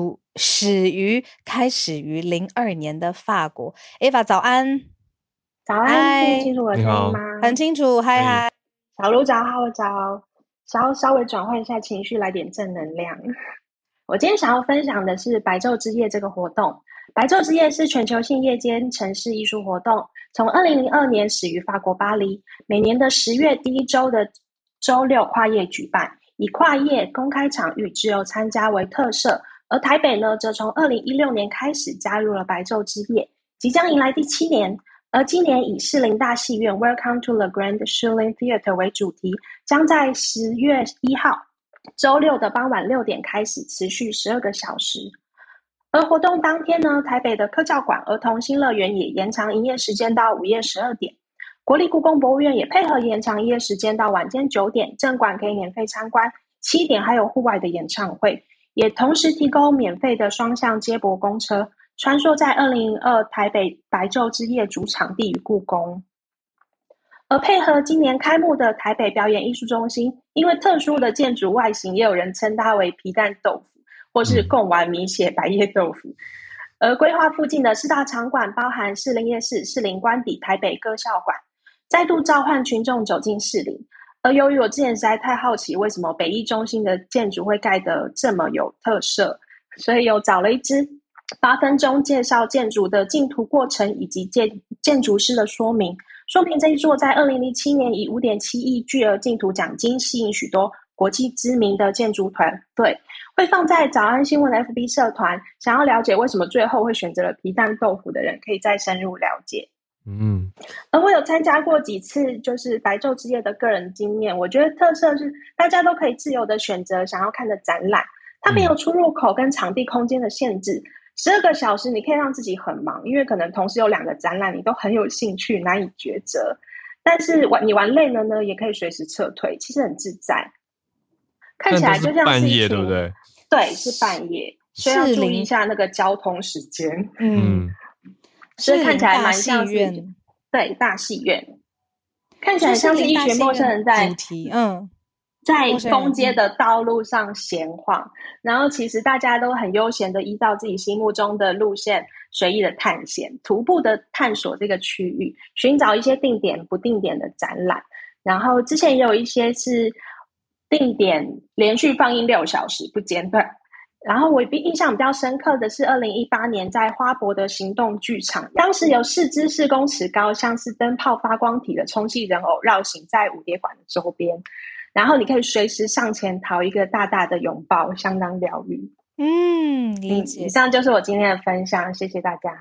开始于02年的法国。Eva 早安。 早安，听得清楚我的声音吗？ 很清楚，嗨。 小鹿早，浩早，稍微转换一下情绪，来点正能量。我今天想要分享的是白昼之夜这个活动。白昼之夜是全球性夜间城市艺术活动，从2002年始于法国巴黎，每年的10月第1周的周6跨夜举办，以跨夜公开场域自由参加为特色。而台北呢，则从2016年开始加入了白昼之夜，即将迎来第7年。而今年以士林大戏院 Welcome to the Grand Shilling Theatre 为主题，将在10月1号周6的傍晚6点开始，持续12个小时。而活动当天呢，台北的科教馆儿童新乐园也延长营业时间到午夜12点，国立故宫博物院也配合延长营业时间到晚间9点，正馆可以免费参观，7点还有户外的演唱会，也同时提供免费的双向接驳公车，穿梭在2002台北白昼之夜主场地与故宫。而配合今年开幕的台北表演艺术中心，因为特殊的建筑外形，也有人称它为皮蛋豆腐或是贡丸米血白叶豆腐。而规划附近的4大场馆包含士林夜市、士林官邸、台北歌校馆，再度召唤群众走进士林。而由于我之前实在太好奇为什么北艺中心的建筑会盖得这么有特色，所以有找了一支8分钟介绍建筑的竞图过程以及建筑师的说明这一座在2007年以 5.7 亿巨额竞图奖金吸引许多国际知名的建筑团队，会放在早安新闻的 FB 社团，想要了解为什么最后会选择了皮蛋豆腐的人可以再深入了解。而我有参加过几次就是白昼之夜的个人经验，我觉得特色是大家都可以自由的选择想要看的展览，它没有出入口跟场地空间的限制，12个小时你可以让自己很忙，因为可能同时有2个展览你都很有兴趣难以抉择，但是你玩累了呢也可以随时撤退，其实很自在，看起来就像是半夜对不对？ 对，是半夜，所以要注意一下那个交通时间。所以看起来蛮像是对大戏院，看起来像是一群陌生人在在公街的道路上闲晃，然后其实大家都很悠闲的依照自己心目中的路线随意的探险，徒步的探索这个区域，寻找一些定点不定点的展览。然后之前也有一些是定点连续放映6小时不间断。然后我印象比较深刻的是2018年在花博的行动剧场，当时有4只4公尺高像是灯泡发光体的充气人偶绕行在蝴蝶馆的周边，然后你可以随时上前讨一个大大的拥抱，相当疗愈。 理解。 以上就是我今天的分享，谢谢大家。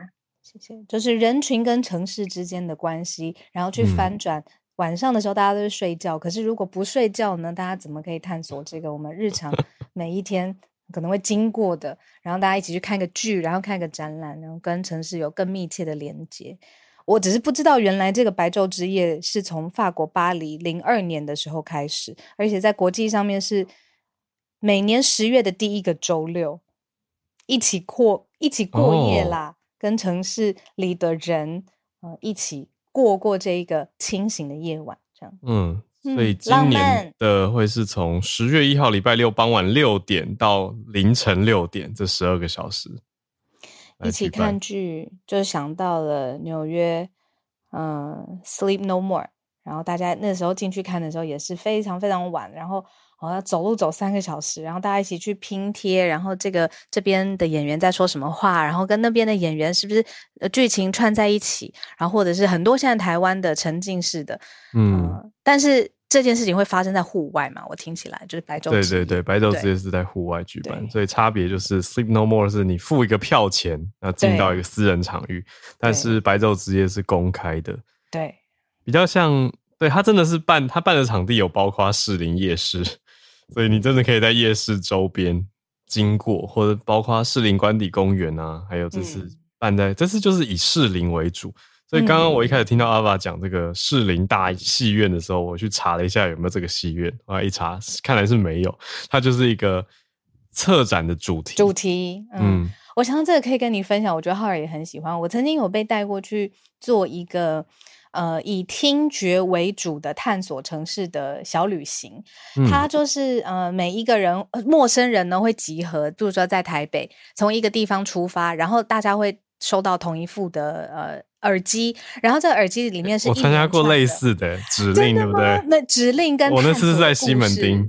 谢谢。就是人群跟城市之间的关系，然后去翻转。晚上的时候大家都是睡觉，可是如果不睡觉呢，大家怎么可以探索这个我们日常每一天可能会经过的，然后大家一起去看个剧，然后看个展览，然后跟城市有更密切的连接。我只是不知道原来这个白昼之夜是从法国巴黎02年的时候开始，而且在国际上面是每年10月的第一个周六，一起过夜啦，跟城市里的人一起过这一个清醒的夜晚，这样。 所以今年的会是从10月1号礼拜六傍晚6点到凌晨6点这12个小时一起看剧，就想到了纽约Sleep No More， 然后大家那时候进去看的时候也是非常非常晚，然后要走路走3个小时，然后大家一起去拼贴，然后这边的演员在说什么话，然后跟那边的演员是不是剧情串在一起，然后或者是很多现在台湾的沉浸式的但是这件事情会发生在户外嘛，我听起来就是白昼之夜。 对，白昼之夜是在户外举办，所以差别就是 Sleep No More 是你付一个票钱进到一个私人场域，但是白昼之夜是公开的。 对， 比较像，对，他真的是他办的场地有包括士林夜市，所以你真的可以在夜市周边经过，或者包括士林官邸公园啊，还有这次这次就是以士林为主。所以刚刚我一开始听到阿爸讲这个士林大戏院的时候，我去查了一下有没有这个戏院，一查看来是没有，它就是一个策展的主题。 我想到这个可以跟你分享，我觉得浩尔也很喜欢。我曾经有被带过去做一个以听觉为主的探索城市的小旅行。它就是每一个人陌生人呢会集合，比如说在台北从一个地方出发，然后大家会收到同一副的耳机，然后这个耳机里面是我参加过类似的指令，对不对？ 那指令跟我那次是在西门町。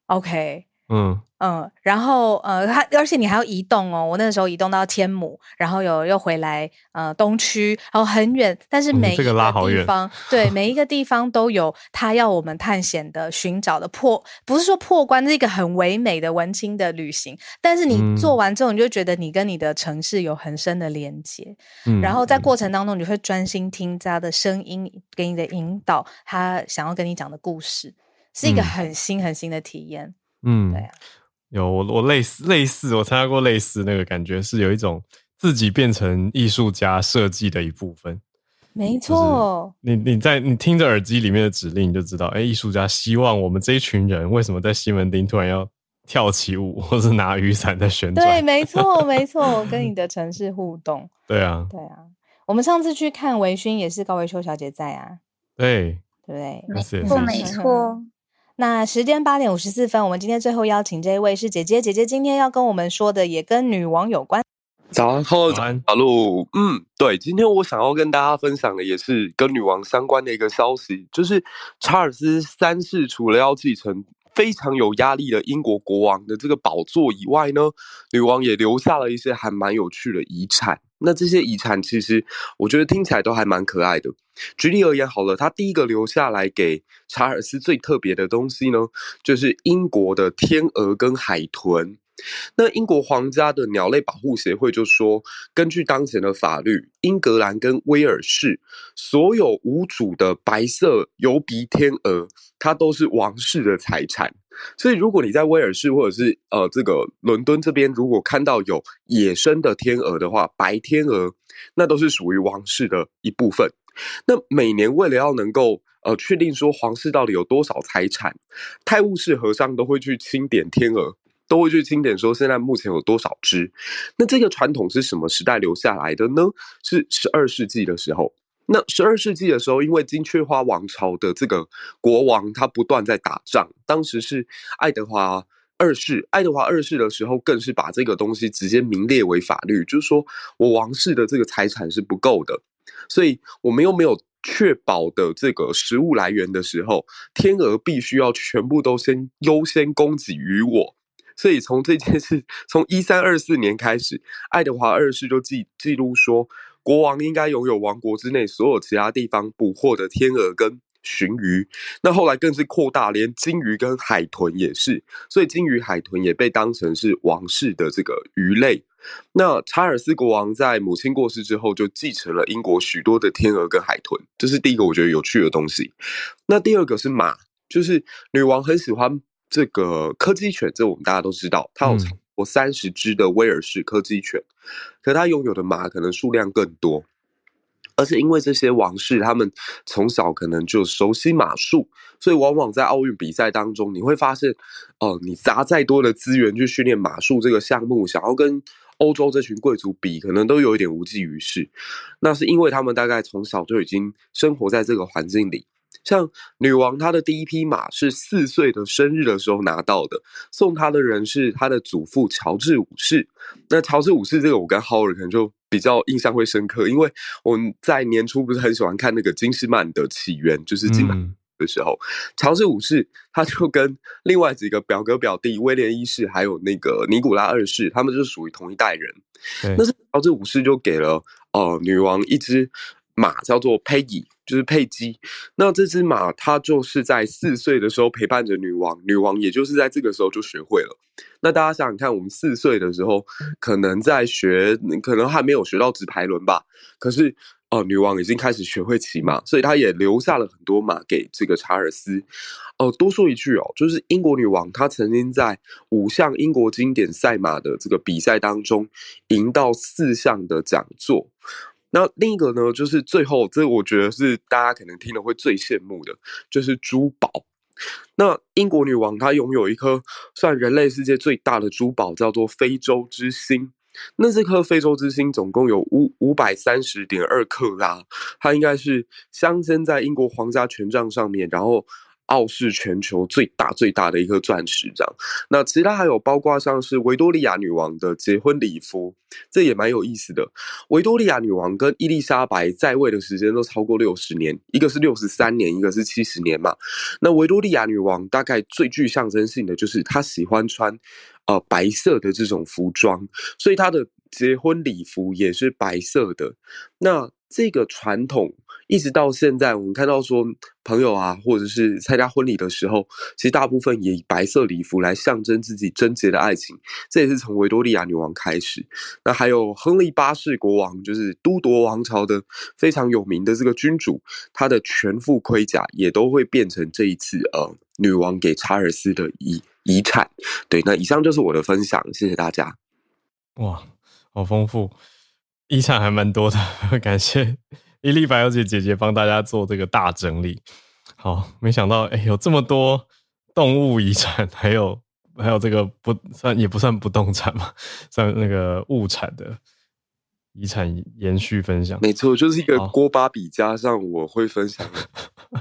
OK。然后而且你还要移动哦。我那个时候移动到天母，然后又回来东区，然后很远，但是每一个地方，对，每一个地方都有他要我们探险的、寻找的不是说破关，是一个很唯美的文青的旅行。但是你做完之后，你就觉得你跟你的城市有很深的连接。然后在过程当中，你会专心听他的声音给你的引导，他想要跟你讲的故事，是一个很新的体验。对啊， 有我类似我参加过类似那个感觉，是有一种自己变成艺术家设计的一部分。 没错， 你听着耳机里面的指令，你就知道，艺术家希望我们这一群人为什么在西门町突然要跳起舞，或是拿雨伞在旋转。 对，没错，跟你的城市互动。 对啊， 我们上次去看微醺也是高维修小姐在啊。 对不对？ 没错。 那时间8点54分，我们今天最后邀请这一位是姐姐今天要跟我们说的也跟女王有关。 早安，小鹿。对，今天我想要跟大家分享的也是跟女王相关的一个消息，就是查尔斯3世除了要继承非常有压力的英国国王的这个宝座以外呢，女王也留下了一些还蛮有趣的遗产。那这些遗产其实我觉得听起来都还蛮可爱的。举例而言好了，他第一个留下来给查尔斯最特别的东西呢，就是英国的天鹅跟海豚。那英国皇家的鸟类保护协会就说，根据当前的法律，英格兰跟威尔士所有无主的白色油鼻天鹅，它都是王室的财产。所以如果你在威尔士或者是这个伦敦这边，如果看到有野生的天鹅的话，白天鹅那都是属于王室的一部分。那每年为了要能够确定说皇室到底有多少财产，泰晤士和尚都会去清点天鹅，都会去清点说现在目前有多少只。那这个传统是什么时代留下来的呢？是12世纪的时候。那12世纪的时候，因为金雀花王朝的这个国王他不断在打仗，当时是爱德华二世的时候，更是把这个东西直接明列为法律，就是说我王室的这个财产是不够的，所以我们又没有确保的这个食物来源的时候，天鹅必须要全部都先优先供给于我。所以从这件事，从1324年开始，爱德华二世就记录说，国王应该拥有王国之内所有其他地方捕获的天鹅跟鲟鱼，那后来更是扩大，连鲸鱼跟海豚也是，所以鲸鱼、海豚也被当成是王室的这个鱼类。那查尔斯国王在母亲过世之后，就继承了英国许多的天鹅跟海豚，这是第一个我觉得有趣的东西。那第二个是马，就是女王很喜欢这个柯基犬，这我们大家都知道，她有超过30只的威尔士柯基犬，可她拥有的马可能数量更多。而且因为这些王室他们从小可能就熟悉马术，所以往往在奥运比赛当中，你会发现你砸再多的资源去训练马术这个项目，想要跟欧洲这群贵族比，可能都有一点无济于事。那是因为他们大概从小就已经生活在这个环境里。像女王她的第一匹马是4岁的生日的时候拿到的，送她的人是她的祖父乔治五世。那乔治五世这个我跟浩尔可能就比较印象会深刻，因为我们在年初不是很喜欢看那个金士曼的起源，就是金马的时候，乔治五世他就跟另外几个表哥表弟威廉一世还有那个尼古拉二世，他们就是属于同一代人。那是乔治五世就给了女王一只马叫做佩吉，就是佩姬。那这只马它就是在4岁的时候陪伴着女王，女王也就是在这个时候就学会了。那大家想想看，我们4岁的时候可能在学，可能还没有学到直排轮吧，可是女王已经开始学会骑马，所以她也留下了很多马给这个查尔斯。多说一句就是英国女王她曾经在5项英国经典赛马的这个比赛当中赢到4项的讲座。那另一个呢，就是最后这我觉得是大家可能听了会最羡慕的，就是珠宝。那英国女王她拥有一颗算人类世界最大的珠宝，叫做非洲之星。那这颗非洲之星总共有530.2克拉，它应该是镶嵌在英国皇家权杖上面，然后傲视全球最大的一颗钻石这样。那其他还有包括像是维多利亚女王的结婚礼服，这也蛮有意思的。维多利亚女王跟伊丽莎白在位的时间都超过60年，一个是63年，一个是70年嘛。那维多利亚女王大概最具象征性的就是她喜欢穿白色的这种服装，所以她的结婚礼服也是白色的。那这个传统一直到现在，我们看到说朋友啊，或者是参加婚礼的时候，其实大部分也以白色礼服来象征自己贞洁的爱情，这也是从维多利亚女王开始。那还有亨利8世国王，就是都铎王朝的非常有名的这个君主，他的全副盔甲也都会变成这一次女王给查尔斯的遗产。对，那以上就是我的分享，谢谢大家。 哇，好丰富，遗产还蛮多的，感谢伊丽白小姐姐帮大家做这个大整理。好，没想到有这么多动物遗产，还有这个也不算不动产嘛，算那个物产的遗产延续分享。 没错，就是一个锅巴比加上我会分享的。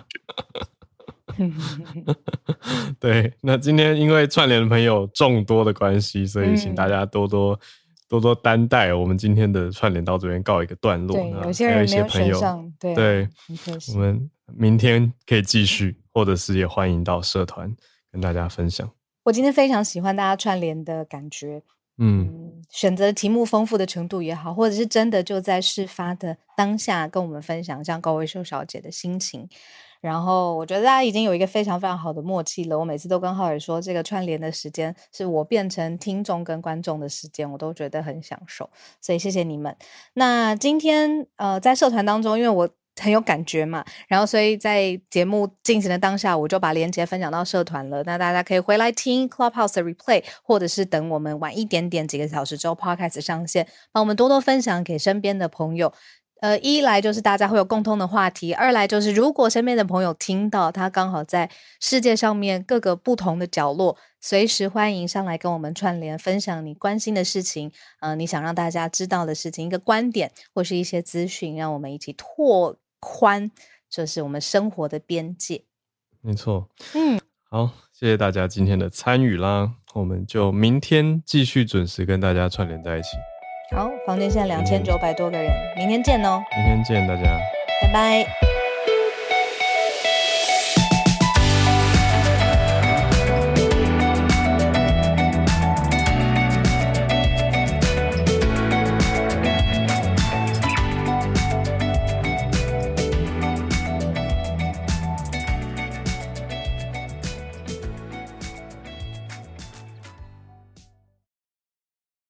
对，那今天因为串联的朋友众多的关系，所以请大家多多担待，我们今天的串联到这边告一个段落。 对，有些人没有选上， 对，我们明天可以继续，或者是也欢迎到社团跟大家分享。 我今天非常喜欢大家串联的感觉，选择题目丰富的程度也好，或者是真的就在事发的当下跟我们分享像高维秀小姐的心情。然后我觉得大家已经有一个非常非常好的默契了，我每次都跟浩尔说，这个串联的时间是我变成听众跟观众的时间，我都觉得很享受，所以谢谢你们。那今天在社团当中，因为我很有感觉嘛，然后所以在节目进行的当下，我就把连结分享到社团了，那大家可以回来听 Clubhouse 的 replay， 或者是等我们晚一点点几个小时之后 Podcast 上线，帮我们多多分享给身边的朋友。一来就是大家会有共同的话题，二来就是如果身边的朋友听到他刚好在世界上面各个不同的角落，随时欢迎上来跟我们串联，分享你关心的事情，你想让大家知道的事情，一个观点或是一些资讯，让我们一起拓宽就是我们生活的边界。 没错，好，谢谢大家今天的参与啦，我们就明天继续准时跟大家串联在一起。 好，房间现在2900多个人，明天见哦。 明天见大家， 拜拜。